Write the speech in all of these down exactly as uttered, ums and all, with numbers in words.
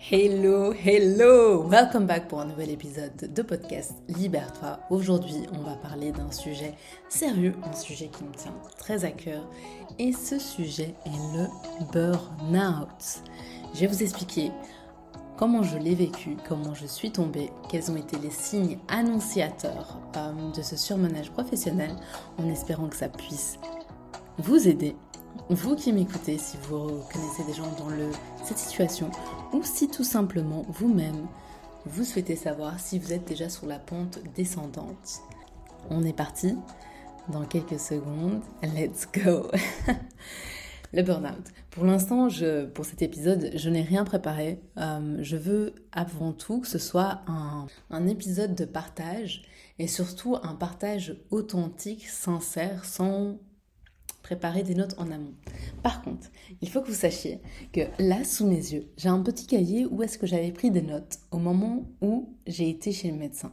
Hello, hello! Welcome back pour un nouvel épisode de podcast Libère-toi. Aujourd'hui, on va parler d'un sujet sérieux, un sujet qui me tient très à cœur. Et ce sujet est le burn-out. Je vais vous expliquer comment je l'ai vécu, comment je suis tombée, quels ont été les signes annonciateurs euh, de ce surmenage professionnel, en espérant que ça puisse vous aider. Vous qui m'écoutez, si vous connaissez des gens dans le, cette situation, ou si tout simplement vous-même, vous souhaitez savoir si vous êtes déjà sur la pente descendante. On est parti dans quelques secondes. Let's go. Le burn-out. Pour l'instant, je, pour cet épisode, je n'ai rien préparé. Euh, je veux avant tout que ce soit un, un épisode de partage et surtout un partage authentique, sincère, sans préparer des notes en amont. Par contre, il faut que vous sachiez que là, sous mes yeux, j'ai un petit cahier où est-ce que j'avais pris des notes au moment où j'ai été chez le médecin.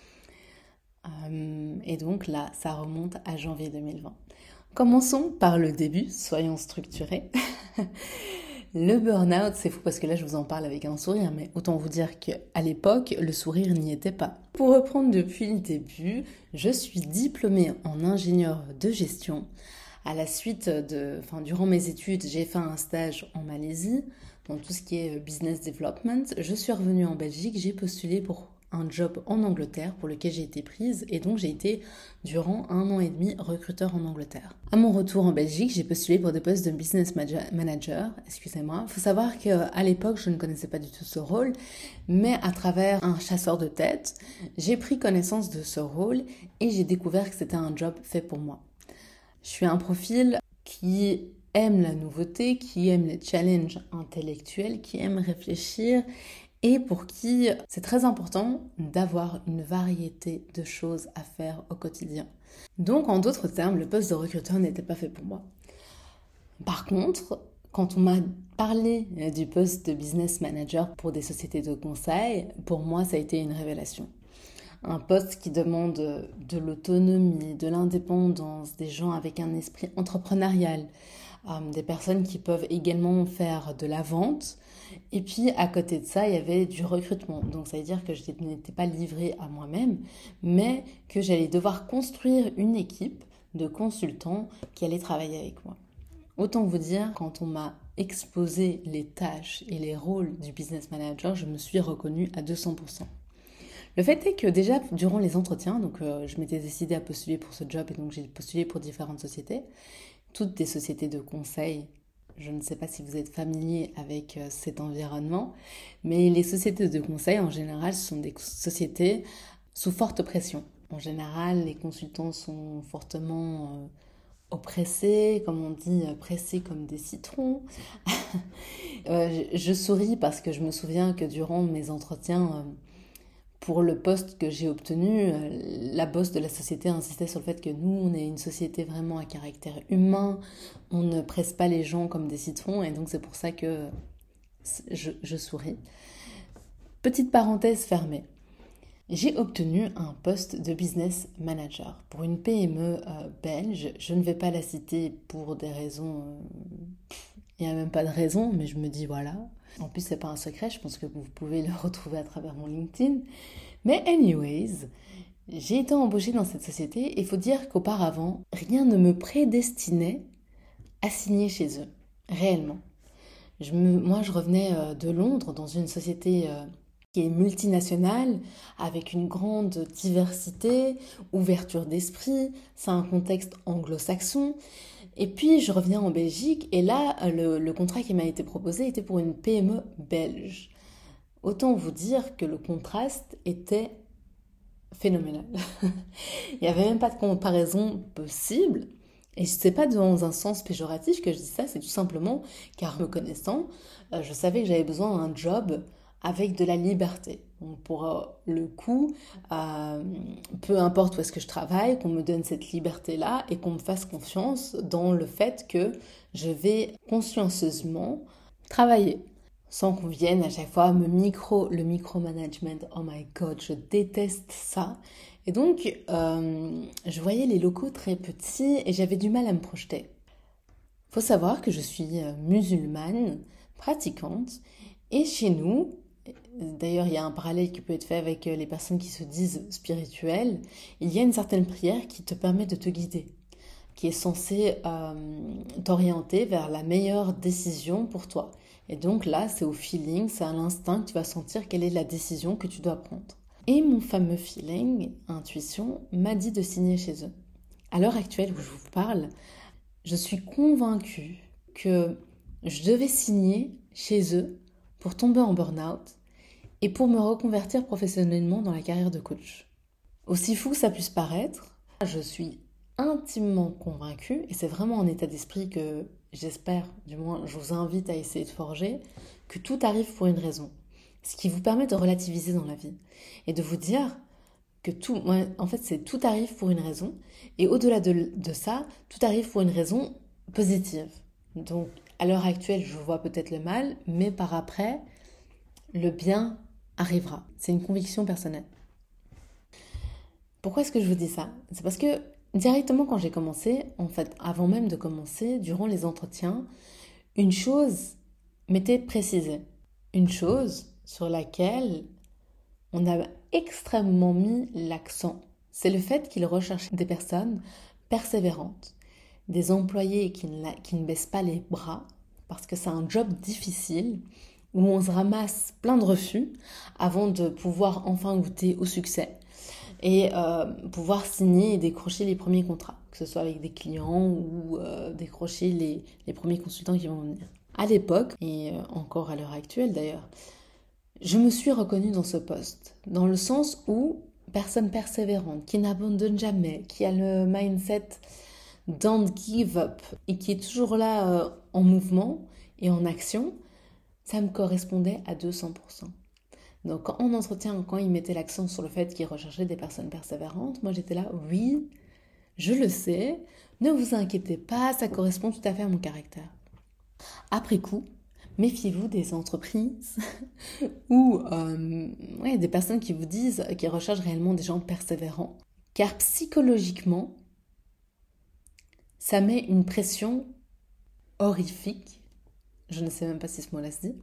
Euh, et donc là, ça remonte à janvier deux mille vingt. Commençons par le début, soyons structurés. Le burn-out, c'est fou parce que là, je vous en parle avec un sourire, mais autant vous dire qu'à l'époque, le sourire n'y était pas. Pour reprendre depuis le début, je suis diplômée en ingénieur de gestion. À la suite de, enfin, durant mes études, j'ai fait un stage en Malaisie, dans tout ce qui est business development. Je suis revenue en Belgique, j'ai postulé pour un job en Angleterre pour lequel j'ai été prise et donc j'ai été durant un an et demi recruteur en Angleterre. À mon retour en Belgique, j'ai postulé pour des postes de business manager, excusez-moi. Il faut savoir qu'à l'époque, je ne connaissais pas du tout ce rôle, mais à travers un chasseur de tête, j'ai pris connaissance de ce rôle et j'ai découvert que c'était un job fait pour moi. Je suis un profil qui aime la nouveauté, qui aime les challenges intellectuels, qui aime réfléchir et pour qui c'est très important d'avoir une variété de choses à faire au quotidien. Donc, en d'autres termes, le poste de recruteur n'était pas fait pour moi. Par contre, quand on m'a parlé du poste de business manager pour des sociétés de conseil, pour moi, ça a été une révélation. Un poste qui demande de l'autonomie, de l'indépendance, des gens avec un esprit entrepreneurial, euh, des personnes qui peuvent également faire de la vente. Et puis, à côté de ça, il y avait du recrutement. Donc, ça veut dire que je n'étais pas livrée à moi-même, mais que j'allais devoir construire une équipe de consultants qui allaient travailler avec moi. Autant vous dire, quand on m'a exposé les tâches et les rôles du business manager, je me suis reconnue à deux cents pour cent. Le fait est que déjà, durant les entretiens, donc euh, je m'étais décidée à postuler pour ce job et donc j'ai postulé pour différentes sociétés, toutes des sociétés de conseil. Je ne sais pas si vous êtes familier avec euh, cet environnement, mais les sociétés de conseil, en général, ce sont des sociétés sous forte pression. En général, les consultants sont fortement euh, oppressés, comme on dit, pressés comme des citrons. euh, je, je souris parce que je me souviens que durant mes entretiens, euh, pour le poste que j'ai obtenu, la boss de la société insistait sur le fait que nous, on est une société vraiment à caractère humain, on ne presse pas les gens comme des citrons, et donc c'est pour ça que je, je souris. Petite parenthèse fermée. J'ai obtenu un poste de business manager pour une P M E euh, belge. Je ne vais pas la citer pour des raisons... Euh, il n'y a même pas de raison, mais je me dis voilà. En plus, c'est pas un secret, je pense que vous pouvez le retrouver à travers mon LinkedIn. Mais anyways, j'ai été embauchée dans cette société et il faut dire qu'auparavant, rien ne me prédestinait à signer chez eux, réellement. Je me, moi, je revenais de Londres dans une société qui est multinationale, avec une grande diversité, ouverture d'esprit, c'est un contexte anglo-saxon. Et puis, je revenais en Belgique et là, le, le contrat qui m'a été proposé était pour une P M E belge. Autant vous dire que le contraste était phénoménal. Il n'y avait même pas de comparaison possible. Et ce n'est pas dans un sens péjoratif que je dis ça, c'est tout simplement car me connaissant, je savais que j'avais besoin d'un job avec de la liberté. Donc pour euh, le coup, euh, peu importe où est-ce que je travaille, qu'on me donne cette liberté-là et qu'on me fasse confiance dans le fait que je vais consciencieusement travailler. Sans qu'on vienne à chaque fois me micro, le micromanagement, oh my god, je déteste ça. Et donc, euh, je voyais les locaux très petits et j'avais du mal à me projeter. Il faut savoir que je suis musulmane, pratiquante, et chez nous, D'ailleurs, il y a un parallèle qui peut être fait avec les personnes qui se disent spirituelles. Il y a une certaine prière qui te permet de te guider, qui est censée euh, t'orienter vers la meilleure décision pour toi. Et donc là, c'est au feeling, c'est à l'instinct que tu vas sentir quelle est la décision que tu dois prendre. Et mon fameux feeling, intuition, m'a dit de signer chez eux. À l'heure actuelle où je vous parle, je suis convaincue que je devais signer chez eux pour tomber en burn-out et pour me reconvertir professionnellement dans la carrière de coach. Aussi fou que ça puisse paraître, je suis intimement convaincue, et c'est vraiment un état d'esprit que j'espère, du moins je vous invite à essayer de forger, que tout arrive pour une raison. Ce qui vous permet de relativiser dans la vie et de vous dire que tout, ouais, en fait, c'est tout arrive pour une raison. Et au-delà de, de ça, tout arrive pour une raison positive. Donc, à l'heure actuelle, je vois peut-être le mal, mais par après, le bien arrivera. C'est une conviction personnelle. Pourquoi est-ce que je vous dis ça? C'est parce que directement quand j'ai commencé, en fait, avant même de commencer, durant les entretiens, une chose m'était précisée. Une chose sur laquelle on a extrêmement mis l'accent. C'est le fait qu'ils recherchent des personnes persévérantes, des employés qui ne, la, qui ne baissent pas les bras, parce que c'est un job difficile, où on se ramasse plein de refus avant de pouvoir enfin goûter au succès et euh, pouvoir signer et décrocher les premiers contrats, que ce soit avec des clients ou euh, décrocher les, les premiers consultants qui vont venir. À l'époque, et encore à l'heure actuelle d'ailleurs, je me suis reconnue dans ce poste, dans le sens où personne persévérante, qui n'abandonne jamais, qui a le mindset don't give up et qui est toujours là euh, en mouvement et en action, ça me correspondait à deux cents pour cent. Donc en entretien, quand ils mettaient l'accent sur le fait qu'ils recherchaient des personnes persévérantes, moi j'étais là, oui, je le sais, ne vous inquiétez pas, ça correspond tout à fait à mon caractère. Après coup, méfiez-vous des entreprises ou euh, ouais, des personnes qui vous disent qu'ils recherchent réellement des gens persévérants. Car psychologiquement, ça met une pression horrifique. Je ne sais même pas si ce mot-là se dit.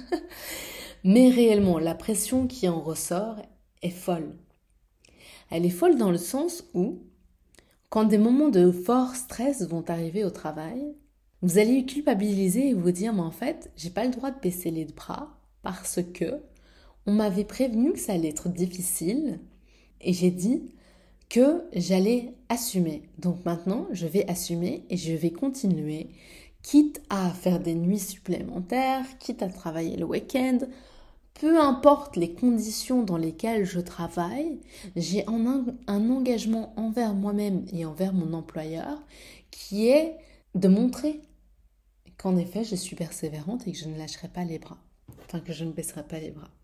Mais réellement, la pression qui en ressort est folle. Elle est folle dans le sens où, quand des moments de fort stress vont arriver au travail, vous allez culpabiliser et vous dire, mais en fait, j'ai pas le droit de baisser les bras parce que on m'avait prévenu que ça allait être difficile et j'ai dit que j'allais assumer. Donc maintenant, je vais assumer et je vais continuer, quitte à faire des nuits supplémentaires, quitte à travailler le week-end. Peu importe les conditions dans lesquelles je travaille, j'ai un, un engagement envers moi-même et envers mon employeur qui est de montrer qu'en effet, je suis persévérante et que je ne lâcherai pas les bras. Enfin, que je ne baisserai pas les bras.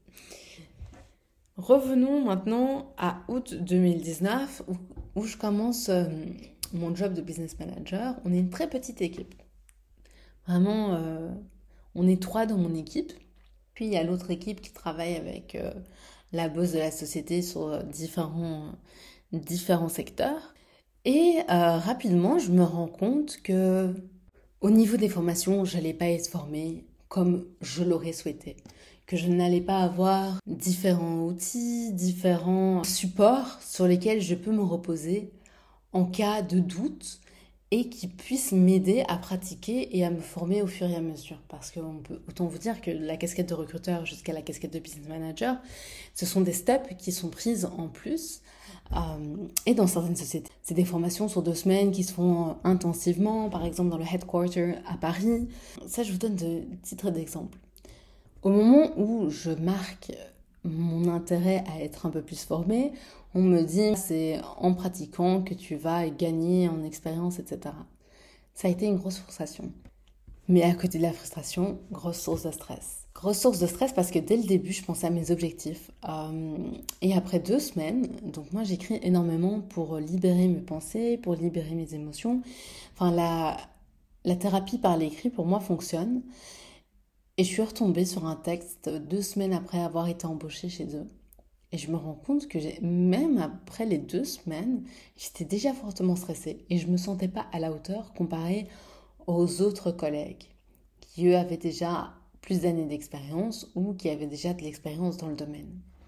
Revenons maintenant à août deux mille dix-neuf, où, où je commence euh, mon job de business manager. On est une très petite équipe. Vraiment, euh, on est trois dans mon équipe. Puis il y a l'autre équipe qui travaille avec euh, la boss de la société sur euh, différents, euh, différents secteurs. Et euh, rapidement, je me rends compte que au niveau des formations, je n'allais pas être formée comme je l'aurais souhaité. Que je n'allais pas avoir différents outils, différents supports sur lesquels je peux me reposer en cas de doute et qui puissent m'aider à pratiquer et à me former au fur et à mesure. Parce que on peut, autant vous dire que la casquette de recruteur jusqu'à la casquette de business manager, ce sont des steps qui sont prises en plus. Euh, et dans certaines sociétés, c'est des formations sur deux semaines qui se font intensivement, par exemple dans le headquarter à Paris. Ça, je vous donne de titres d'exemple. Au moment où je marque mon intérêt à être un peu plus formée, on me dit c'est en pratiquant que tu vas gagner en expérience, et cetera. Ça a été une grosse frustration. Mais à côté de la frustration, grosse source de stress. Grosse source de stress parce que dès le début, je pensais à mes objectifs. Euh, et après deux semaines, donc moi j'écris énormément pour libérer mes pensées, pour libérer mes émotions. Enfin, la, la thérapie par l'écrit pour moi fonctionne. Et je suis retombée sur un texte deux semaines après avoir été embauchée chez eux. Et je me rends compte que j'ai, même après les deux semaines, j'étais déjà fortement stressée. Et je ne me sentais pas à la hauteur comparée aux autres collègues qui, eux, avaient déjà plus d'années d'expérience ou qui avaient déjà de l'expérience dans le domaine.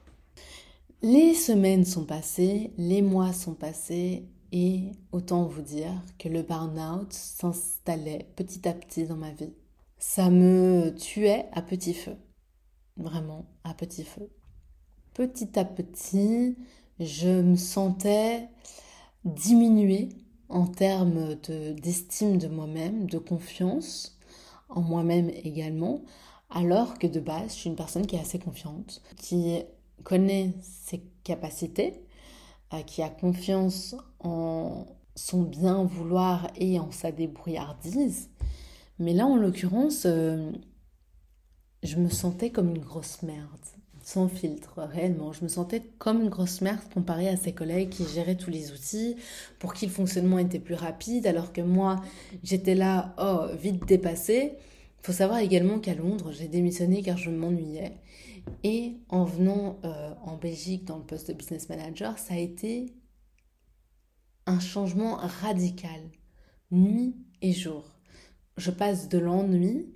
Les semaines sont passées, les mois sont passés et autant vous dire que le burn-out s'installait petit à petit dans ma vie. Ça me tuait à petit feu, vraiment à petit feu. Petit à petit, je me sentais diminuée en termes de, d'estime de moi-même, de confiance en moi-même également, alors que de base, je suis une personne qui est assez confiante, qui connaît ses capacités, euh, qui a confiance en son bien vouloir et en sa débrouillardise. Mais là, en l'occurrence, euh, je me sentais comme une grosse merde, sans filtre, réellement. Je me sentais comme une grosse merde comparée à ses collègues qui géraient tous les outils, pour qui le fonctionnement était plus rapide, alors que moi, j'étais là, oh, vite dépassée. Il faut savoir également qu'à Londres, j'ai démissionné car je m'ennuyais. Et en venant euh, en Belgique dans le poste de business manager, ça a été un changement radical, nuit et jour. Je passe de l'ennui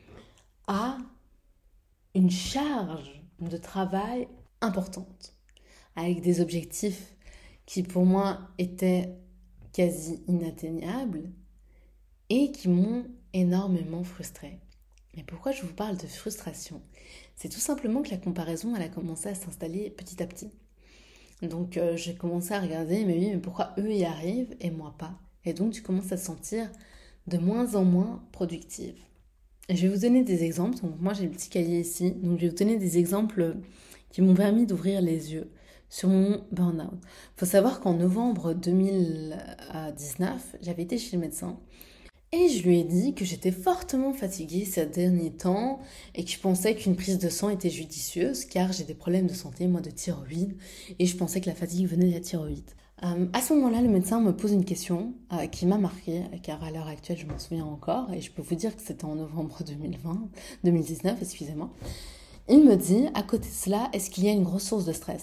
à une charge de travail importante, avec des objectifs qui pour moi étaient quasi inatteignables et qui m'ont énormément frustrée. Mais pourquoi je vous parle de frustration ? C'est tout simplement que la comparaison, elle a commencé à s'installer petit à petit. Donc euh, j'ai commencé à regarder, mais oui, mais pourquoi eux y arrivent et moi pas ? Et donc tu commences à te sentir de moins en moins productive. Et je vais vous donner des exemples. Donc moi j'ai le petit cahier ici, donc je vais vous donner des exemples qui m'ont permis d'ouvrir les yeux sur mon burn-out. Il faut savoir qu'en novembre deux mille dix-neuf, j'avais été chez le médecin. Et je lui ai dit que j'étais fortement fatiguée ces derniers temps et que je pensais qu'une prise de sang était judicieuse car j'ai des problèmes de santé, moi de thyroïde, et je pensais que la fatigue venait de la thyroïde. Euh, à ce moment-là, le médecin me pose une question euh, qui m'a marquée car à l'heure actuelle, je m'en souviens encore et je peux vous dire que c'était en novembre deux mille vingt, deux mille dix-neuf, excusez-moi. Il me dit, à côté de cela, est-ce qu'il y a une grosse source de stress ?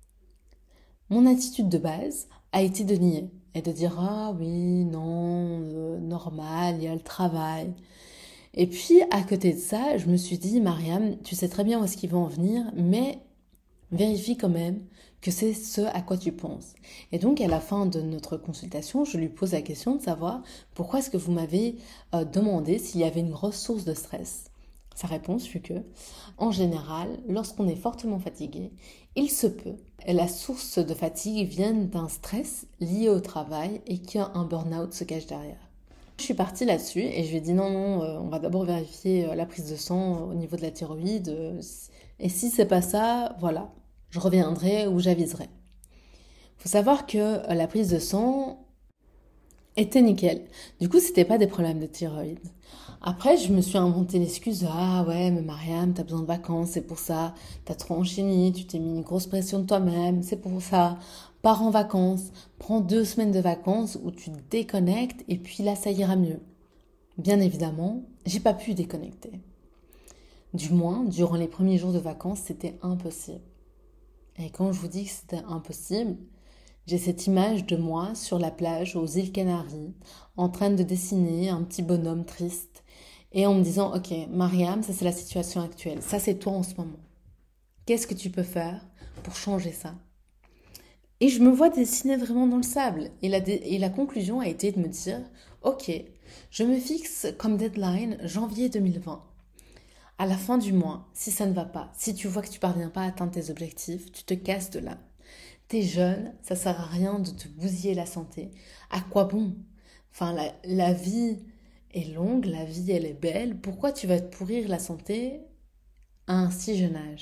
Mon attitude de base a été de nier et de dire « Ah oui, non, euh, normal, il y a le travail ». Et puis, à côté de ça, je me suis dit « Mariam, tu sais très bien où est-ce qu'ils vont en venir, mais vérifie quand même que c'est ce à quoi tu penses ». Et donc, à la fin de notre consultation, je lui pose la question de savoir « Pourquoi est-ce que vous m'avez euh, demandé s'il y avait une grosse source de stress ?» Sa réponse fut que, en général, lorsqu'on est fortement fatigué, il se peut que la source de fatigue vienne d'un stress lié au travail et qu'un burn-out se cache derrière. Je suis partie là-dessus et je lui ai dit non, non, euh, on va d'abord vérifier euh, la prise de sang au niveau de la thyroïde. Euh, et si c'est pas ça, voilà, je reviendrai ou j'aviserai. Il faut savoir que euh, la prise de sang était nickel. Du coup, c'était pas des problèmes de thyroïde. Après, je me suis inventé l'excuse de « Ah ouais, mais Mariam, t'as besoin de vacances, c'est pour ça. T'as trop enchaîné, tu t'es mis une grosse pression de toi-même, c'est pour ça. Pars en vacances, prends deux semaines de vacances où tu te déconnectes et puis là, ça ira mieux. » Bien évidemment, j'ai pas pu déconnecter. Du moins, durant les premiers jours de vacances, c'était impossible. Et quand je vous dis que c'était impossible, j'ai cette image de moi sur la plage aux îles Canaries, en train de dessiner un petit bonhomme triste, et en me disant, ok, Mariam, ça c'est la situation actuelle, ça c'est toi en ce moment. Qu'est-ce que tu peux faire pour changer ça ? Et je me vois dessiner vraiment dans le sable. Et la, dé- et la conclusion a été de me dire, ok, je me fixe comme deadline janvier deux mille vingt. À la fin du mois, si ça ne va pas, si tu vois que tu parviens pas à atteindre tes objectifs, tu te casses de là. T'es jeune, ça sert à rien de te bousiller la santé. À quoi bon ? Enfin, la, la vie est longue, la vie elle est belle. Pourquoi tu vas te pourrir la santé à un si jeune âge ?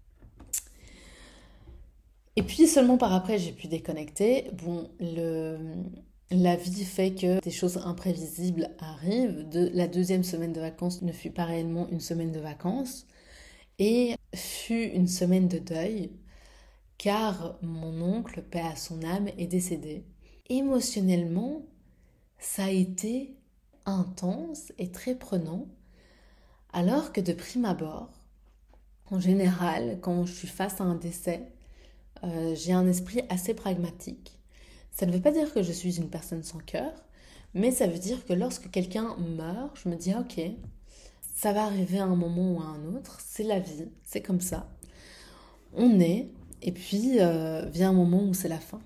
Et puis seulement par après j'ai pu déconnecter. Bon, le, la vie fait que des choses imprévisibles arrivent. De, la deuxième semaine de vacances ne fut pas réellement une semaine de vacances et fut une semaine de deuil. Car mon oncle, paix à son âme, est décédé. Émotionnellement, ça a été intense et très prenant, alors que de prime abord, en général, quand je suis face à un décès, euh, j'ai un esprit assez pragmatique. Ça ne veut pas dire que je suis une personne sans cœur, mais ça veut dire que lorsque quelqu'un meurt, je me dis « Ok, ça va arriver à un moment ou à un autre, c'est la vie, c'est comme ça. On est, et puis euh, vient un moment où c'est la fin.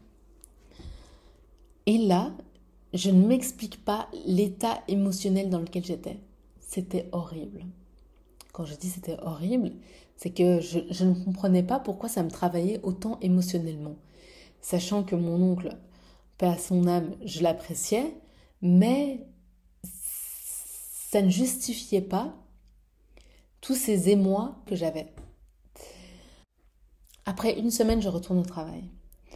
Et là, je ne m'explique pas l'état émotionnel dans lequel j'étais. C'était horrible. Quand je dis c'était horrible, c'est que je, je ne comprenais pas pourquoi ça me travaillait autant émotionnellement. Sachant que mon oncle, paix à son âme, je l'appréciais, mais ça ne justifiait pas tous ces émois que j'avais. Après une semaine, je retourne au travail.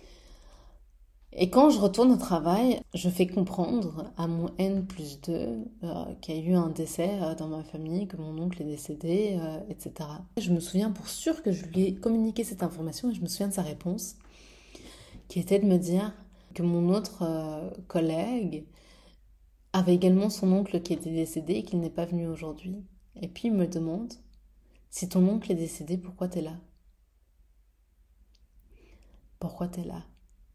Et quand je retourne au travail, je fais comprendre à mon N plus deux euh, qu'il y a eu un décès euh, dans ma famille, que mon oncle est décédé, euh, et cetera. Je me souviens pour sûr que je lui ai communiqué cette information et je me souviens de sa réponse, qui était de me dire que mon autre euh, collègue avait également son oncle qui était décédé et qu'il n'est pas venu aujourd'hui. Et puis il me demande, si ton oncle est décédé, pourquoi t'es là? Pourquoi t'es là?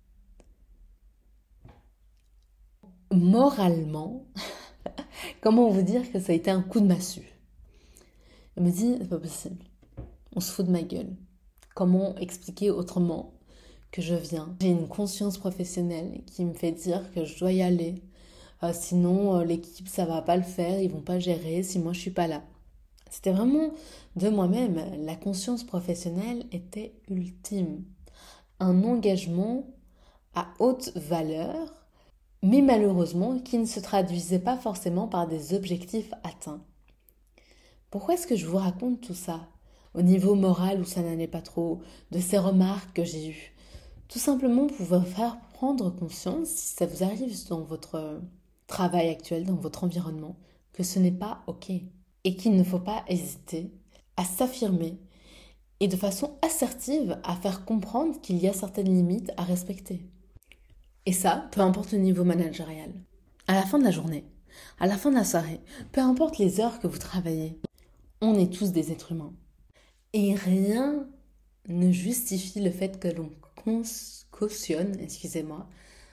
Moralement, comment vous dire que ça a été un coup de massue? Elle me dit, c'est pas possible, on se fout de ma gueule. Comment expliquer autrement que je viens? J'ai une conscience professionnelle qui me fait dire que je dois y aller. Euh, sinon, euh, l'équipe, ça va pas le faire, ils vont pas gérer si moi je suis pas là. C'était vraiment de moi-même. La conscience professionnelle était ultime. Un engagement à haute valeur, mais malheureusement qui ne se traduisait pas forcément par des objectifs atteints. Pourquoi est-ce que je vous raconte tout ça? Au niveau moral où ça n'allait pas trop, de ces remarques que j'ai eues. Tout simplement pour vous faire prendre conscience, si ça vous arrive dans votre travail actuel, dans votre environnement, que ce n'est pas OK. Et qu'il ne faut pas hésiter à s'affirmer et de façon assertive à faire comprendre qu'il y a certaines limites à respecter. Et ça, peu importe le niveau managérial. À la fin de la journée, à la fin de la soirée, peu importe les heures que vous travaillez, on est tous des êtres humains. Et rien ne justifie le fait que l'on cautionne, excusez-moi,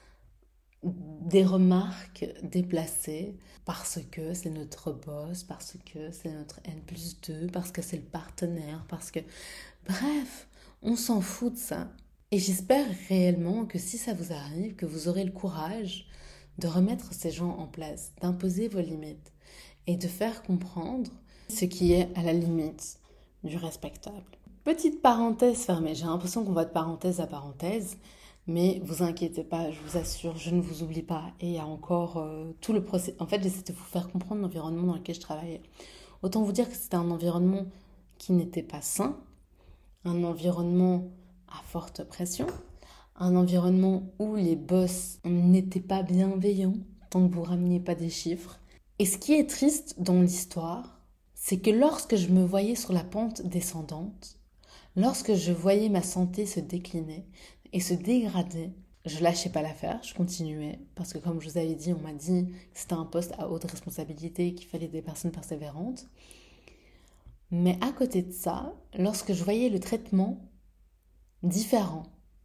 des remarques déplacées parce que c'est notre boss, parce que c'est notre N plus deux, parce que c'est le partenaire, parce que... Bref, on s'en fout de ça. Et j'espère réellement que si ça vous arrive, que vous aurez le courage de remettre ces gens en place, d'imposer vos limites et de faire comprendre ce qui est à la limite du respectable. Petite parenthèse fermée, j'ai l'impression qu'on va de parenthèse à parenthèse, mais vous inquiétez pas, je vous assure, je ne vous oublie pas. Et il y a encore euh, tout le procès. En fait, j'essaie de vous faire comprendre l'environnement dans lequel je travaillais. Autant vous dire que c'était un environnement qui n'était pas sain, un environnement à forte pression, un environnement où les boss n'étaient pas bienveillants tant que vous rameniez pas des chiffres. Et ce qui est triste dans l'histoire, c'est que lorsque je me voyais sur la pente descendante, lorsque je voyais ma santé se décliner et se dégrader, je lâchais pas l'affaire, je continuais, parce que comme je vous avais dit, on m'a dit que c'était un poste à haute responsabilité et qu'il fallait des personnes persévérantes. Mais à côté de ça, lorsque je voyais le traitement différent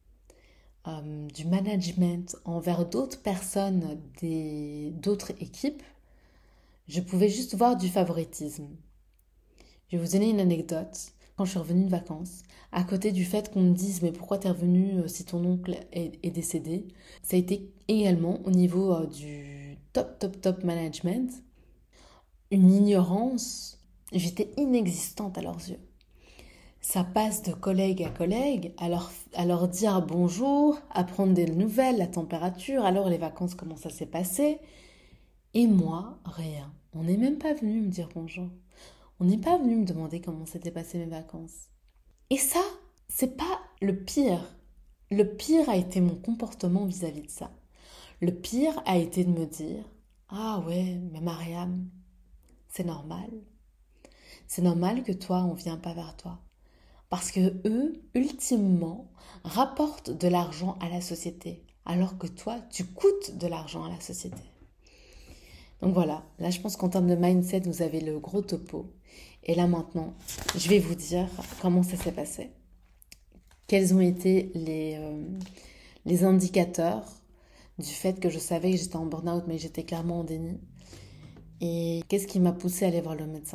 euh, du management envers d'autres personnes, des, d'autres équipes, je pouvais juste voir du favoritisme. Je vais vous donner une anecdote. Quand je suis revenue de vacances, à côté du fait qu'on me dise « mais pourquoi t'es revenue si ton oncle est, est décédé ?» Ça a été également au niveau euh, du top, top, top management, une ignorance, j'étais inexistante à leurs yeux. Ça passe de collègue à collègue, à leur, à leur dire bonjour, à prendre des nouvelles, la température, alors les vacances, comment ça s'est passé. Et moi, rien. On n'est même pas venu me dire bonjour. On n'est pas venu me demander comment s'étaient passées mes vacances. Et ça, c'est pas le pire. Le pire a été mon comportement vis-à-vis de ça. Le pire a été de me dire « Ah ouais, mais Mariam, c'est normal. C'est normal que toi, on ne vient pas vers toi. » Parce que eux, ultimement, rapportent de l'argent à la société, alors que toi, tu coûtes de l'argent à la société. Donc voilà, là je pense qu'en termes de mindset, vous avez le gros topo. Et là maintenant, je vais vous dire comment ça s'est passé. Quels ont été les, euh, les indicateurs du fait que je savais que j'étais en burn-out, mais j'étais clairement en déni. Et qu'est-ce qui m'a poussée à aller voir le médecin?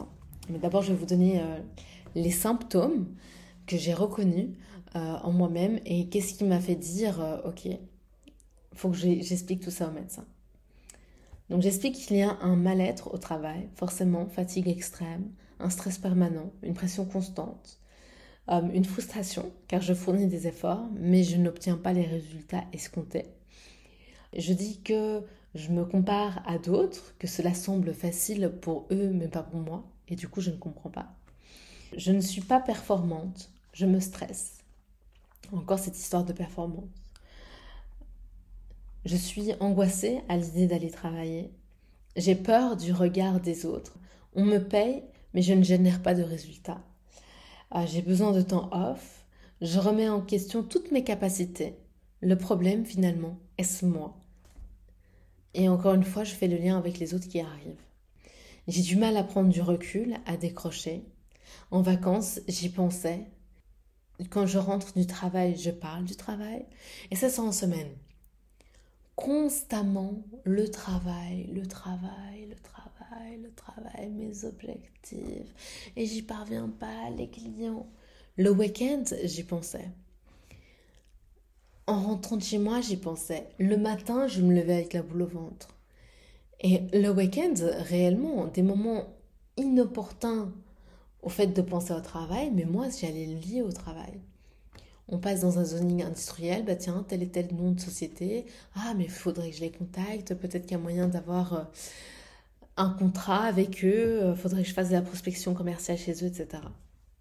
Mais d'abord, je vais vous donner euh, les symptômes que j'ai reconnus euh, en moi-même et qu'est-ce qui m'a fait dire, euh, ok, il faut que j'explique tout ça au médecin. Donc j'explique qu'il y a un mal-être au travail, forcément, fatigue extrême, un stress permanent, une pression constante, euh, une frustration, car je fournis des efforts, mais je n'obtiens pas les résultats escomptés. Je dis que je me compare à d'autres, que cela semble facile pour eux, mais pas pour moi, et du coup je ne comprends pas. Je ne suis pas performante, je me stresse. Encore cette histoire de performance. Je suis angoissée à l'idée d'aller travailler. J'ai peur du regard des autres. On me paye, mais je ne génère pas de résultats. Euh, j'ai besoin de temps off. Je remets en question toutes mes capacités. Le problème, finalement, est-ce moi? Et encore une fois, je fais le lien avec les autres qui arrivent. J'ai du mal à prendre du recul, à décrocher. En vacances, j'y pensais. Quand je rentre du travail, je parle du travail. Et ça, c'est en semaine. Constamment, le travail, le travail, le travail, le travail, mes objectifs. Et j'y parviens pas, les clients. Le week-end, j'y pensais. En rentrant de chez moi, j'y pensais. Le matin, je me levais avec la boule au ventre. Et le week-end, réellement, des moments inopportuns au fait de penser au travail, mais moi, j'allais lier au travail. On passe dans un zoning industriel, bah tiens, tel et tel nom de société. Ah, mais il faudrait que je les contacte. Peut-être qu'il y a moyen d'avoir un contrat avec eux. Il faudrait que je fasse de la prospection commerciale chez eux, et cetera.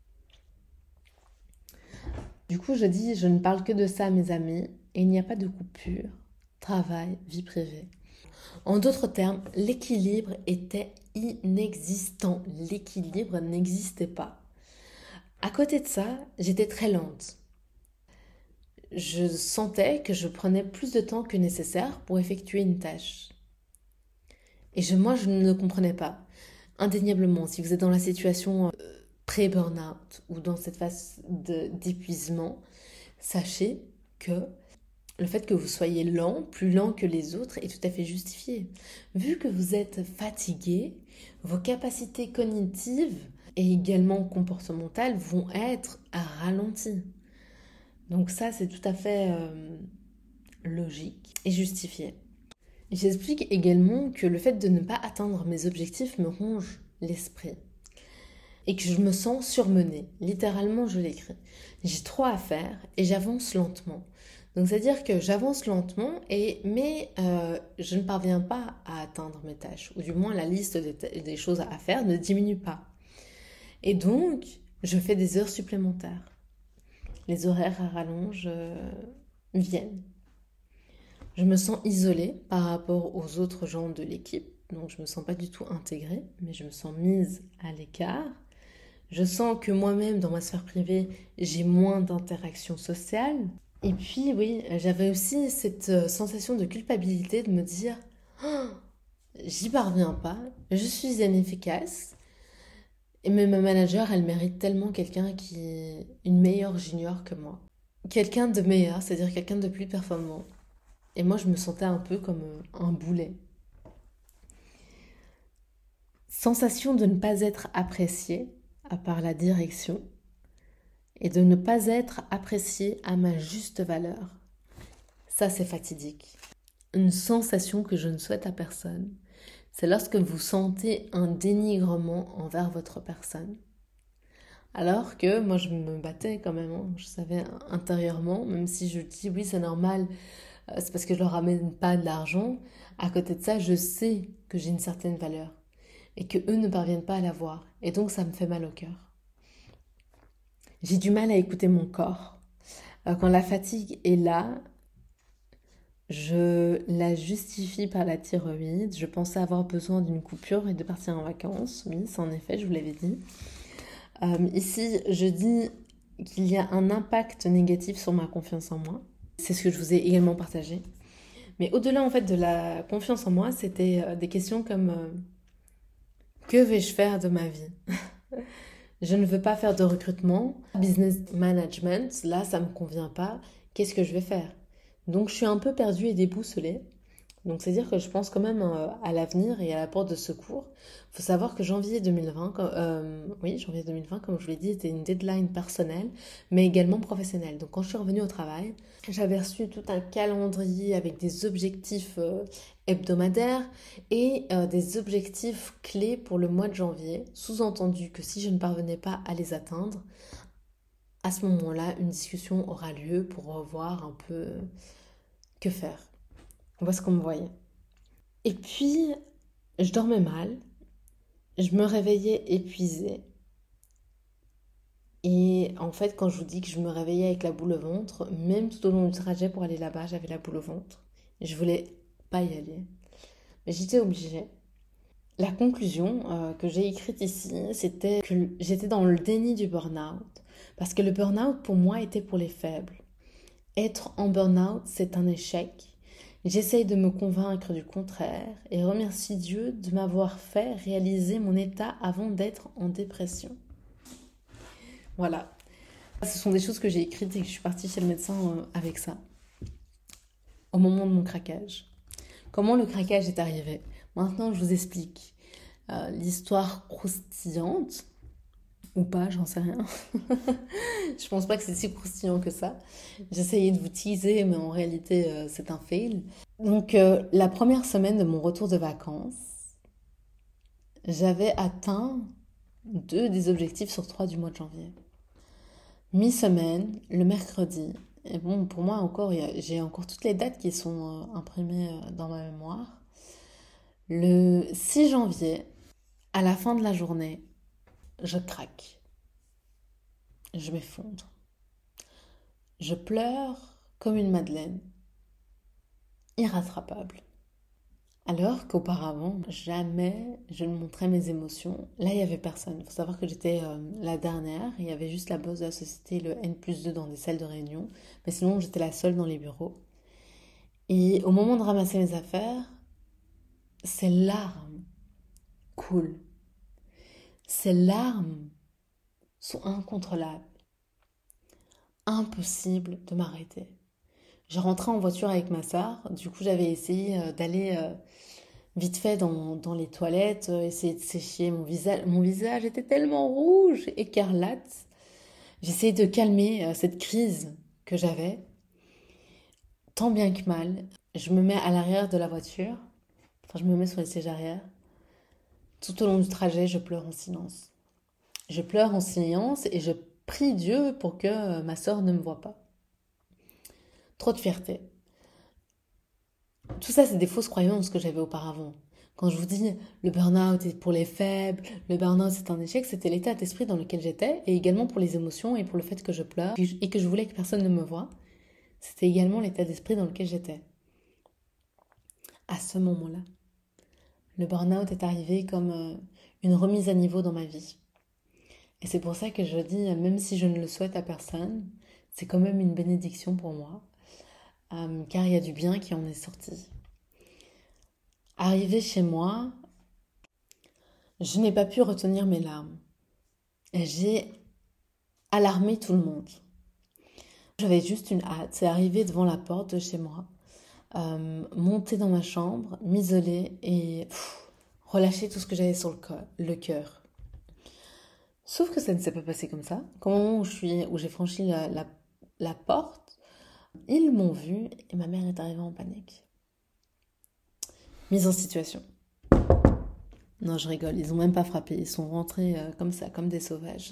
Du coup, je dis, je ne parle que de ça à mes amis. Et il n'y a pas de coupure. Travail, vie privée. En d'autres termes, l'équilibre était inexistant. L'équilibre n'existait pas. À côté de ça, j'étais très lente. Je sentais que je prenais plus de temps que nécessaire pour effectuer une tâche. Et je, moi, je ne comprenais pas. Indéniablement, si vous êtes dans la situation pré-burnout ou dans cette phase de, d'épuisement, sachez que le fait que vous soyez lent, plus lent que les autres, est tout à fait justifié. Vu que vous êtes fatigué, vos capacités cognitives et également comportementales vont être ralenties. Donc ça, c'est tout à fait euh, logique et justifié. J'explique également que le fait de ne pas atteindre mes objectifs me ronge l'esprit et que je me sens surmenée. Littéralement, je l'écris. J'ai trop à faire et j'avance lentement. Donc c'est-à-dire que j'avance lentement, et, mais euh, je ne parviens pas à atteindre mes tâches, ou du moins la liste des, t- des choses à faire ne diminue pas. Et donc, je fais des heures supplémentaires. Les horaires à rallonge euh, viennent. Je me sens isolée par rapport aux autres gens de l'équipe, donc je ne me sens pas du tout intégrée, mais je me sens mise à l'écart. Je sens que moi-même, dans ma sphère privée, j'ai moins d'interactions sociales. Et puis, oui, j'avais aussi cette sensation de culpabilité de me dire oh, « j'y parviens pas, je suis inefficace ». Et même ma manager, elle mérite tellement quelqu'un qui est une meilleure junior que moi. Quelqu'un de meilleur, c'est-à-dire quelqu'un de plus performant. Et moi, je me sentais un peu comme un boulet. Sensation de ne pas être appréciée, à part la direction, et de ne pas être appréciée à ma juste valeur. Ça, c'est fatidique. Une sensation que je ne souhaite à personne. C'est lorsque vous sentez un dénigrement envers votre personne. Alors que moi, je me battais quand même. Hein. Je savais intérieurement, même si je dis oui, c'est normal, c'est parce que je leur ramène pas de l'argent. À côté de ça, je sais que j'ai une certaine valeur et que eux ne parviennent pas à l'avoir. Et donc, ça me fait mal au cœur. J'ai du mal à écouter mon corps. Quand la fatigue est là, je la justifie par la thyroïde. Je pensais avoir besoin d'une coupure et de partir en vacances. Oui, c'est en effet, je vous l'avais dit. Euh, ici, je dis qu'il y a un impact négatif sur ma confiance en moi. C'est ce que je vous ai également partagé. Mais au-delà en fait de la confiance en moi, c'était euh, des questions comme euh, que vais-je faire de ma vie? Je ne veux pas faire de recrutement, business management, là ça me convient pas. Qu'est-ce que je vais faire? Donc je suis un peu perdue et déboussolée. Donc c'est dire que je pense quand même euh, à l'avenir et à la porte de secours. Il faut savoir que janvier deux mille vingt, comme- euh, oui, janvier deux mille vingt, comme je vous l'ai dit, était une deadline personnelle, mais également professionnelle. Donc quand je suis revenue au travail, j'avais reçu tout un calendrier avec des objectifs euh, hebdomadaires et euh, des objectifs clés pour le mois de janvier. Sous-entendu que si je ne parvenais pas à les atteindre, à ce moment-là, une discussion aura lieu pour revoir un peu euh, que faire. On voit ce qu'on me voyait. Et puis, je dormais mal, je me réveillais épuisée. Et en fait, quand je vous dis que je me réveillais avec la boule au ventre, même tout au long du trajet pour aller là-bas, j'avais la boule au ventre. Je voulais pas y aller, mais j'étais obligée. La conclusion euh, que j'ai écrite ici, c'était que j'étais dans le déni du burn-out. Parce que le burn-out, pour moi, était pour les faibles. Être en burn-out, c'est un échec. J'essaye de me convaincre du contraire et remercie Dieu de m'avoir fait réaliser mon état avant d'être en dépression. Voilà. Ce sont des choses que j'ai écrites et que je suis partie chez le médecin euh, avec ça, au moment de mon craquage. Comment le craquage est arrivé? Maintenant, je vous explique euh, l'histoire croustillante, ou pas, j'en sais rien. Je pense pas que c'est si croustillant que ça. J'essayais de vous teaser, mais en réalité, euh, c'est un fail. Donc, euh, la première semaine de mon retour de vacances, j'avais atteint deux des objectifs sur trois du mois de janvier. Mi-semaine, le mercredi, et bon, pour moi encore, j'ai encore toutes les dates qui sont euh, imprimées euh, dans ma mémoire. Le six janvier, à la fin de la journée, je craque. Je m'effondre. Je pleure comme une madeleine. Irrattrapable. Alors qu'auparavant, jamais je ne montrais mes émotions. Là, il n'y avait personne. Il faut savoir que j'étais euh, la dernière. Il y avait juste la boss de la société, le N plus deux dans des salles de réunion. Mais sinon, j'étais la seule dans les bureaux. Et au moment de ramasser mes affaires, ces larmes coulent. Ces larmes sont incontrôlables. Impossible de m'arrêter. Je rentrais en voiture avec ma sœur. Du coup, j'avais essayé euh, d'aller... Euh, vite fait dans, dans les toilettes, euh, essayer de sécher mon visage. Mon visage était tellement rouge, écarlate. J'essayais de calmer euh, cette crise que j'avais, tant bien que mal. Je me mets à l'arrière de la voiture, enfin je me mets sur les sièges arrière. Tout au long du trajet, je pleure en silence. Je pleure en silence et je prie Dieu pour que euh, ma sœur ne me voie pas. Trop de fierté. Tout ça, c'est des fausses croyances que j'avais auparavant. Quand je vous dis le burn-out est pour les faibles, le burn-out c'est un échec, c'était l'état d'esprit dans lequel j'étais, et également pour les émotions et pour le fait que je pleure et que je voulais que personne ne me voie. C'était également l'état d'esprit dans lequel j'étais. À ce moment-là, le burn-out est arrivé comme euh, une remise à niveau dans ma vie. Et c'est pour ça que je dis, même si je ne le souhaite à personne, c'est quand même une bénédiction pour moi, euh, car il y a du bien qui en est sorti. Arrivé chez moi, je n'ai pas pu retenir mes larmes. J'ai alarmé tout le monde. J'avais juste une hâte, c'est arriver devant la porte de chez moi, euh, monter dans ma chambre, m'isoler et pff, relâcher tout ce que j'avais sur le, co- le cœur. Sauf que ça ne s'est pas passé comme ça. Au moment où, je suis, où j'ai franchi la, la, la porte, ils m'ont vue et ma mère est arrivée en panique. Mise en situation. Non, je rigole, ils ont même pas frappé, ils sont rentrés euh, comme ça, comme des sauvages.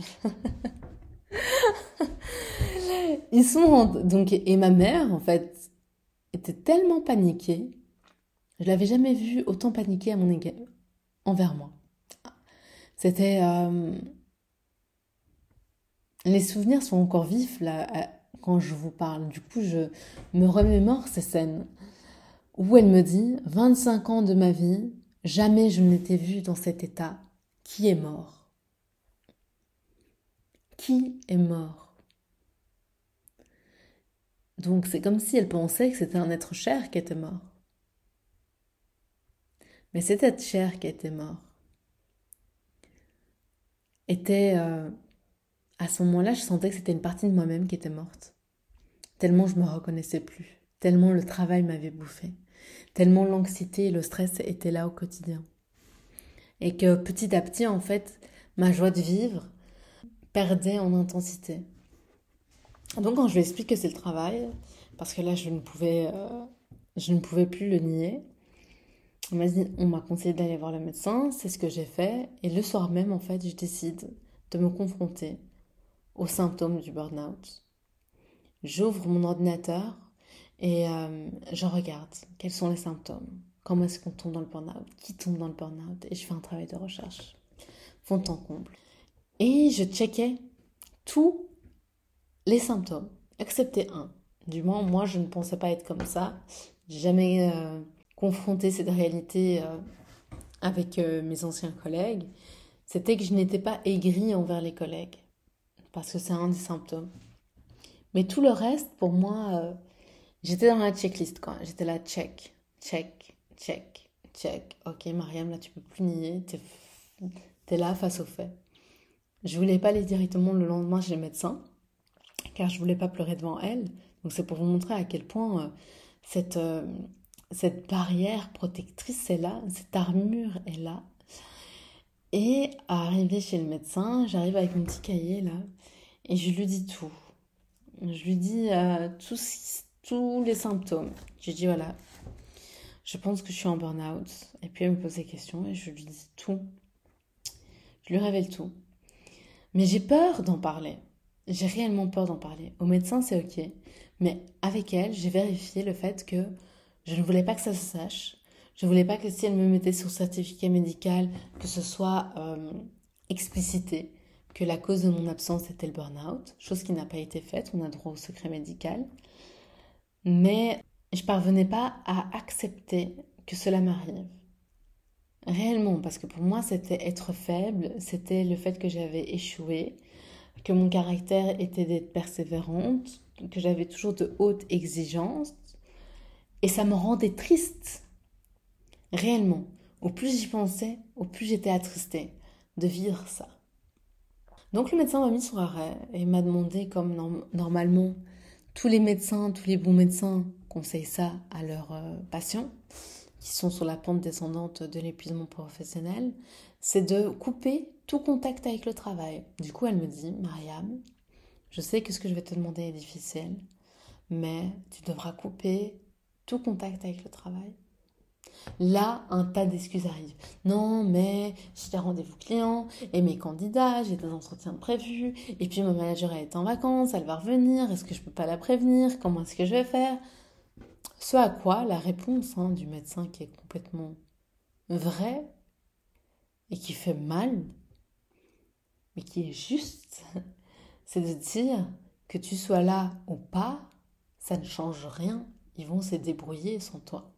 Ils sont rentrés, donc, et ma mère, en fait, était tellement paniquée, je l'avais jamais vue autant paniquer à mon égard, envers moi. C'était... euh, les souvenirs sont encore vifs, là, à- quand je vous parle. Du coup, je me remémore ces scènes où elle me dit, vingt-cinq ans de ma vie, jamais je ne t'ai vue dans cet état. Qui est mort? Qui est mort? Donc c'est comme si elle pensait que c'était un être cher qui était mort. Mais cet être cher qui était mort était... euh, à ce moment-là, je sentais que c'était une partie de moi-même qui était morte. Tellement je me reconnaissais plus. Tellement le travail m'avait bouffé. tellement l'anxiété et le stress étaient là au quotidien. Et que petit à petit, en fait, ma joie de vivre perdait en intensité. Donc quand je lui explique que c'est le travail, parce que là je ne pouvais, euh, je ne pouvais plus le nier, on m'a dit, on m'a conseillé d'aller voir le médecin, c'est ce que j'ai fait, et le soir même en fait je décide de me confronter aux symptômes du burn-out. J'ouvre mon ordinateur et euh, je regarde quels sont les symptômes, comment est-ce qu'on tombe dans le burn-out, qui tombe dans le burn-out, et je fais un travail de recherche, fond en comble. Et je checkais tous les symptômes, excepté un. Du moins, moi, je ne pensais pas être comme ça. J'ai jamais euh, confronté cette réalité euh, avec euh, mes anciens collègues. C'était que je n'étais pas aigrie envers les collègues, parce que c'est un des symptômes. Mais tout le reste, pour moi, euh, j'étais dans la checklist, quoi. J'étais là, check, check, check, check. Ok, Mariam, là, tu peux plus nier. T'es, t'es là face aux faits. Je voulais pas aller directement le lendemain chez le médecin, car je voulais pas pleurer devant elle. Donc c'est pour vous montrer à quel point euh, cette, euh, cette barrière protectrice est là, cette armure est là. Et à arriver chez le médecin, j'arrive avec mon petit cahier là, et je lui dis tout. Je lui dis euh, tous, tous les symptômes. Je lui dis voilà, je pense que je suis en burn-out. Et puis elle me pose des questions et je lui dis tout. Je lui révèle tout. Mais j'ai peur d'en parler. J'ai réellement peur d'en parler. Au médecin, c'est ok. Mais avec elle, j'ai vérifié le fait que je ne voulais pas que ça se sache. Je ne voulais pas que si elle me mettait sur certificat médical, que ce soit euh, explicité que la cause de mon absence était le burn-out, chose qui n'a pas été faite. On a droit au secret médical. Mais je parvenais pas à accepter que cela m'arrive. Réellement, parce que pour moi, c'était être faible, c'était le fait que j'avais échoué, que mon caractère était d'être persévérante, que j'avais toujours de hautes exigences, et ça me rendait triste, réellement. Au plus j'y pensais, au plus j'étais attristée de vivre ça. Donc le médecin m'a mis sur arrêt et m'a demandé, comme norm- normalement tous les médecins, tous les bons médecins conseillent ça à leurs euh, patients, qui sont sur la pente descendante de l'épuisement professionnel, c'est de couper tout contact avec le travail. Du coup, elle me dit, Mariam, je sais que ce que je vais te demander est difficile, mais tu devras couper tout contact avec le travail. Là, un tas d'excuses arrivent. Non, mais j'ai des rendez-vous clients et mes candidats, j'ai des entretiens prévus, et puis mon manager elle est en vacances, elle va revenir, est-ce que je peux pas la prévenir? Comment est-ce que je vais faire? Ce à quoi la réponse hein, du médecin qui est complètement vraie et qui fait mal, mais qui est juste, c'est de dire que tu sois là ou pas, ça ne change rien. Ils vont se débrouiller sans toi.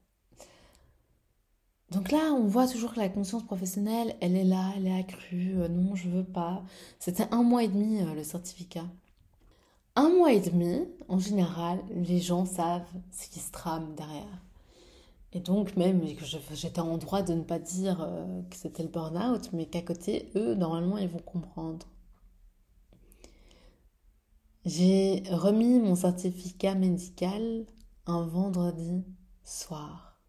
Donc là, on voit toujours que la conscience professionnelle, elle est là, elle est accrue. Euh, non, je veux pas. C'était un mois et demi euh, le certificat. Un mois et demi, en général, les gens savent ce qui se trame derrière. Et donc même que je- j'étais en droit de ne pas dire euh, que c'était le burn-out, mais qu'à côté, eux, normalement, ils vont comprendre. J'ai remis mon certificat médical un vendredi soir.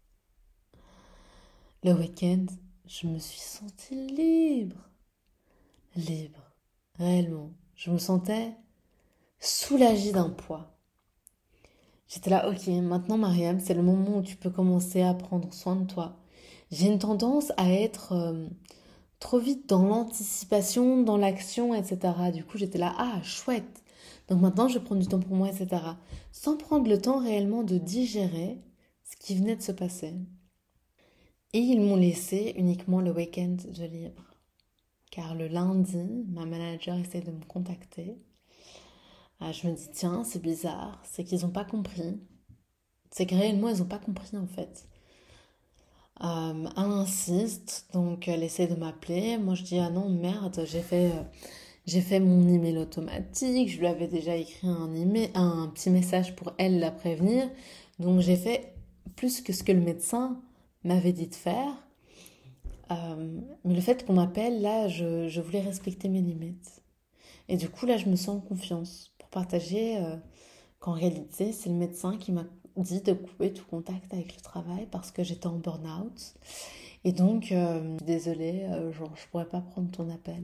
Le week-end, je me suis sentie libre. Libre. Réellement. Je me sentais soulagée d'un poids. J'étais là, ok, maintenant Mariam, c'est le moment où tu peux commencer à prendre soin de toi. J'ai une tendance à être euh, trop vite dans l'anticipation, dans l'action, et cetera. Du coup, j'étais là, ah, chouette. Donc maintenant, je prends du temps pour moi, et cetera. Sans prendre le temps réellement de digérer ce qui venait de se passer. Et ils m'ont laissé uniquement le week-end de libre. Car le lundi, ma manager essaie de me contacter. Ah, je me dis, tiens, c'est bizarre, c'est qu'ils n'ont pas compris. C'est que réellement, ils n'ont pas compris en fait. Euh, elle insiste, donc elle essaie de m'appeler. Moi, je dis, ah non, merde, j'ai fait, euh, j'ai fait mon email automatique. Je lui avais déjà écrit un, email, un petit message pour elle la prévenir. Donc, j'ai fait plus que ce que le médecin m'avait dit de faire. Euh, mais le fait qu'on m'appelle, là, je, je voulais respecter mes limites. Et du coup, là, je me sens en confiance pour partager euh, qu'en réalité, c'est le médecin qui m'a dit de couper tout contact avec le travail parce que j'étais en burn-out. Et donc, euh, désolée, euh, genre, je pourrais pas prendre ton appel.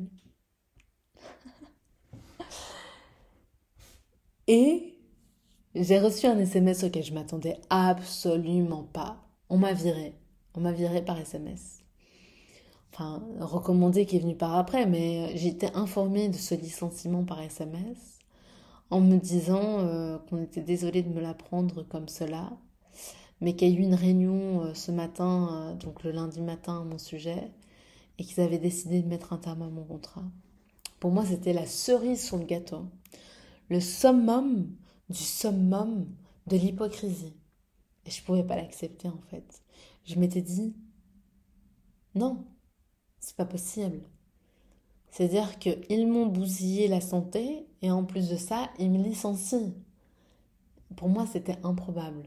Et j'ai reçu un S M S auquel je m'attendais absolument pas. On m'a viré. On m'a viré par S M S. Enfin, recommandé qui est venu par après, mais j'ai été informée de ce licenciement par S M S en me disant euh, qu'on était désolé de me l'apprendre comme cela, mais qu'il y a eu une réunion euh, ce matin, euh, donc le lundi matin à mon sujet, et qu'ils avaient décidé de mettre un terme à mon contrat. Pour moi, c'était la cerise sur le gâteau. Le summum du summum de l'hypocrisie. Et je ne pouvais pas l'accepter en fait. Je m'étais dit, non, c'est pas possible. C'est-à-dire qu'ils m'ont bousillé la santé et en plus de ça, ils me licencient. Pour moi, c'était improbable.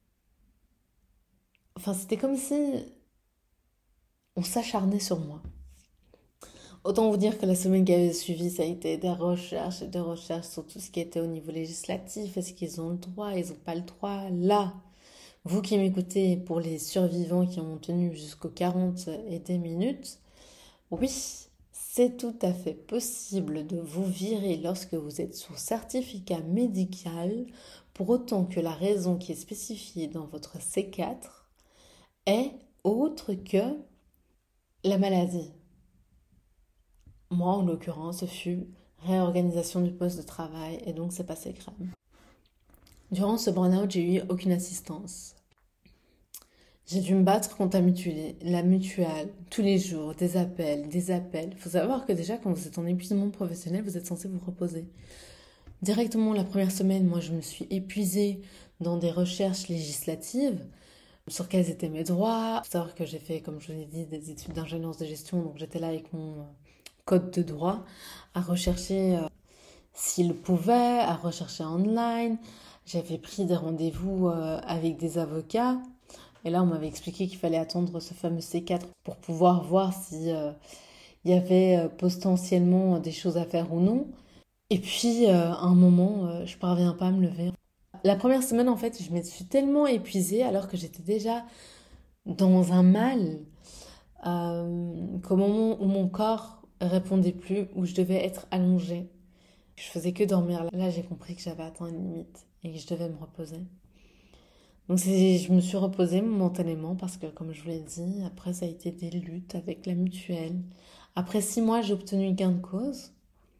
Enfin, c'était comme si on s'acharnait sur moi. Autant vous dire que la semaine qui avait suivi, ça a été des recherches et des recherches sur tout ce qui était au niveau législatif. Est-ce qu'ils ont le droit? Ils n'ont pas le droit? Là, vous qui m'écoutez, pour les survivants qui ont tenu jusqu'aux quarante et des minutes, oui, c'est tout à fait possible de vous virer lorsque vous êtes sous certificat médical, pour autant que la raison qui est spécifiée dans votre C quatre est autre que la maladie. Moi, en l'occurrence, ce fut réorganisation du poste de travail et donc c'est passé crème. Durant ce burn-out, j'ai eu aucune assistance. J'ai dû me battre contre la mutuelle, la mutuelle, tous les jours, des appels, des appels. Il faut savoir que déjà, quand vous êtes en épuisement professionnel, vous êtes censé vous reposer. Directement, la première semaine, moi, je me suis épuisée dans des recherches législatives sur quels étaient mes droits. Il faut savoir que j'ai fait, comme je vous l'ai dit, des études d'ingénieur de gestion, donc j'étais là avec mon code de droit à rechercher euh, s'il pouvait, à rechercher online. J'avais pris des rendez-vous euh, avec des avocats. Et là, on m'avait expliqué qu'il fallait attendre ce fameux C quatre pour pouvoir voir si euh, il y avait euh, potentiellement des choses à faire ou non. Et puis, euh, à un moment, euh, je parviens pas à me lever. La première semaine, en fait, je me suis tellement épuisée alors que j'étais déjà dans un mal euh, qu'au moment où mon corps répondait plus, où je devais être allongée, je faisais que dormir. Là, j'ai compris que j'avais atteint une limite et que je devais me reposer. Donc c'est, je me suis reposée momentanément parce que, comme je vous l'ai dit, après ça a été des luttes avec la mutuelle. Après six mois, j'ai obtenu gain de cause.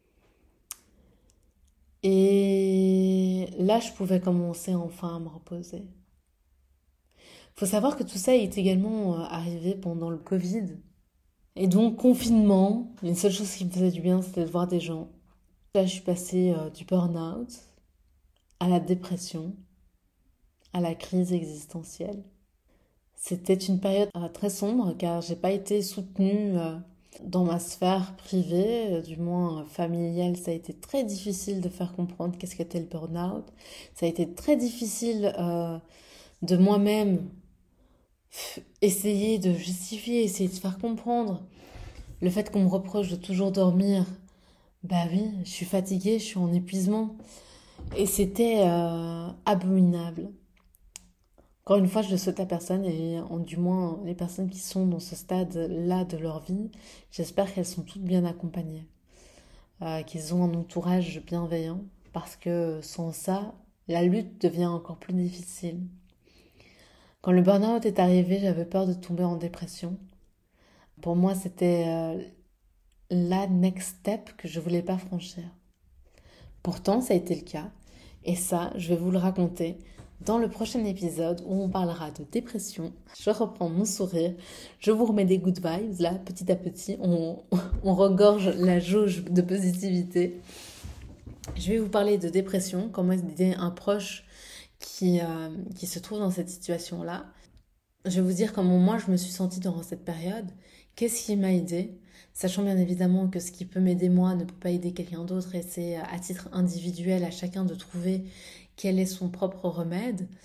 Et là, je pouvais commencer enfin à me reposer. Il faut savoir que tout ça est également arrivé pendant le Covid. Et donc, confinement, une seule chose qui me faisait du bien, c'était de voir des gens. Là, je suis passée euh, du burn-out à la dépression, à la crise existentielle. C'était une période euh, très sombre car j'ai pas été soutenue euh, dans ma sphère privée, euh, du moins euh, familiale. Ça a été très difficile de faire comprendre qu'est-ce qu'était le burn-out. Ça a été très difficile euh, de moi-même pff, essayer de justifier, essayer de faire comprendre le fait qu'on me reproche de toujours dormir. Bah oui, je suis fatiguée, je suis en épuisement. Et c'était euh, abominable. Encore une fois, je le souhaite à personne, et en, du moins les personnes qui sont dans ce stade-là de leur vie, j'espère qu'elles sont toutes bien accompagnées, euh, qu'ils ont un entourage bienveillant, parce que sans ça, la lutte devient encore plus difficile. Quand le burn-out est arrivé, j'avais peur de tomber en dépression. Pour moi, c'était euh, la next step que je voulais pas franchir. Pourtant, ça a été le cas, et ça, je vais vous le raconter dans le prochain épisode où on parlera de dépression. Je reprends mon sourire, je vous remets des good vibes, là, petit à petit, on, on regorge la jauge de positivité. Je vais vous parler de dépression, comment aider un proche qui, euh, qui se trouve dans cette situation-là. Je vais vous dire comment moi je me suis sentie durant cette période, qu'est-ce qui m'a aidée, sachant bien évidemment que ce qui peut m'aider moi ne peut pas aider quelqu'un d'autre, et c'est à titre individuel à chacun de trouver quel est son propre remède.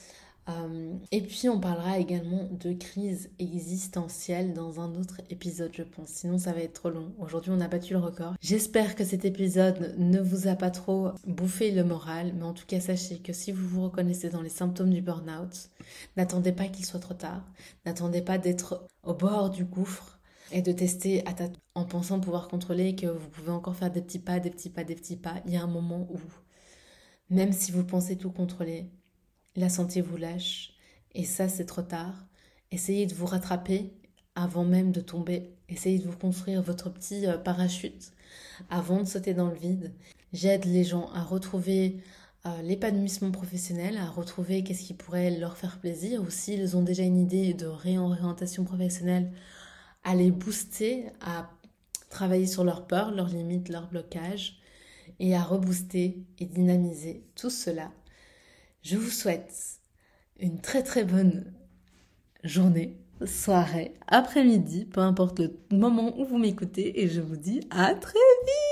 Euh, et puis on parlera également de crise existentielle dans un autre épisode, je pense. Sinon ça va être trop long. Aujourd'hui on a battu le record. J'espère que cet épisode ne vous a pas trop bouffé le moral, mais en tout cas sachez que si vous vous reconnaissez dans les symptômes du burn-out, n'attendez pas qu'il soit trop tard. N'attendez pas d'être au bord du gouffre et de tester à tâtons en pensant pouvoir contrôler, que vous pouvez encore faire des petits pas, des petits pas, des petits pas. Il y a un moment où, même si vous pensez tout contrôler, la santé vous lâche, et ça c'est trop tard. Essayez de vous rattraper avant même de tomber. Essayez de vous construire votre petit euh, parachute avant de sauter dans le vide. J'aide les gens à retrouver euh, l'épanouissement professionnel, à retrouver qu'est-ce qui pourrait leur faire plaisir, ou s'ils ont déjà une idée de réorientation professionnelle, à les booster, à travailler sur leurs peurs, leurs limites, leurs blocages, et à rebooster et dynamiser tout cela. Je vous souhaite une très très bonne journée, soirée, après-midi, peu importe le moment où vous m'écoutez, et je vous dis à très vite.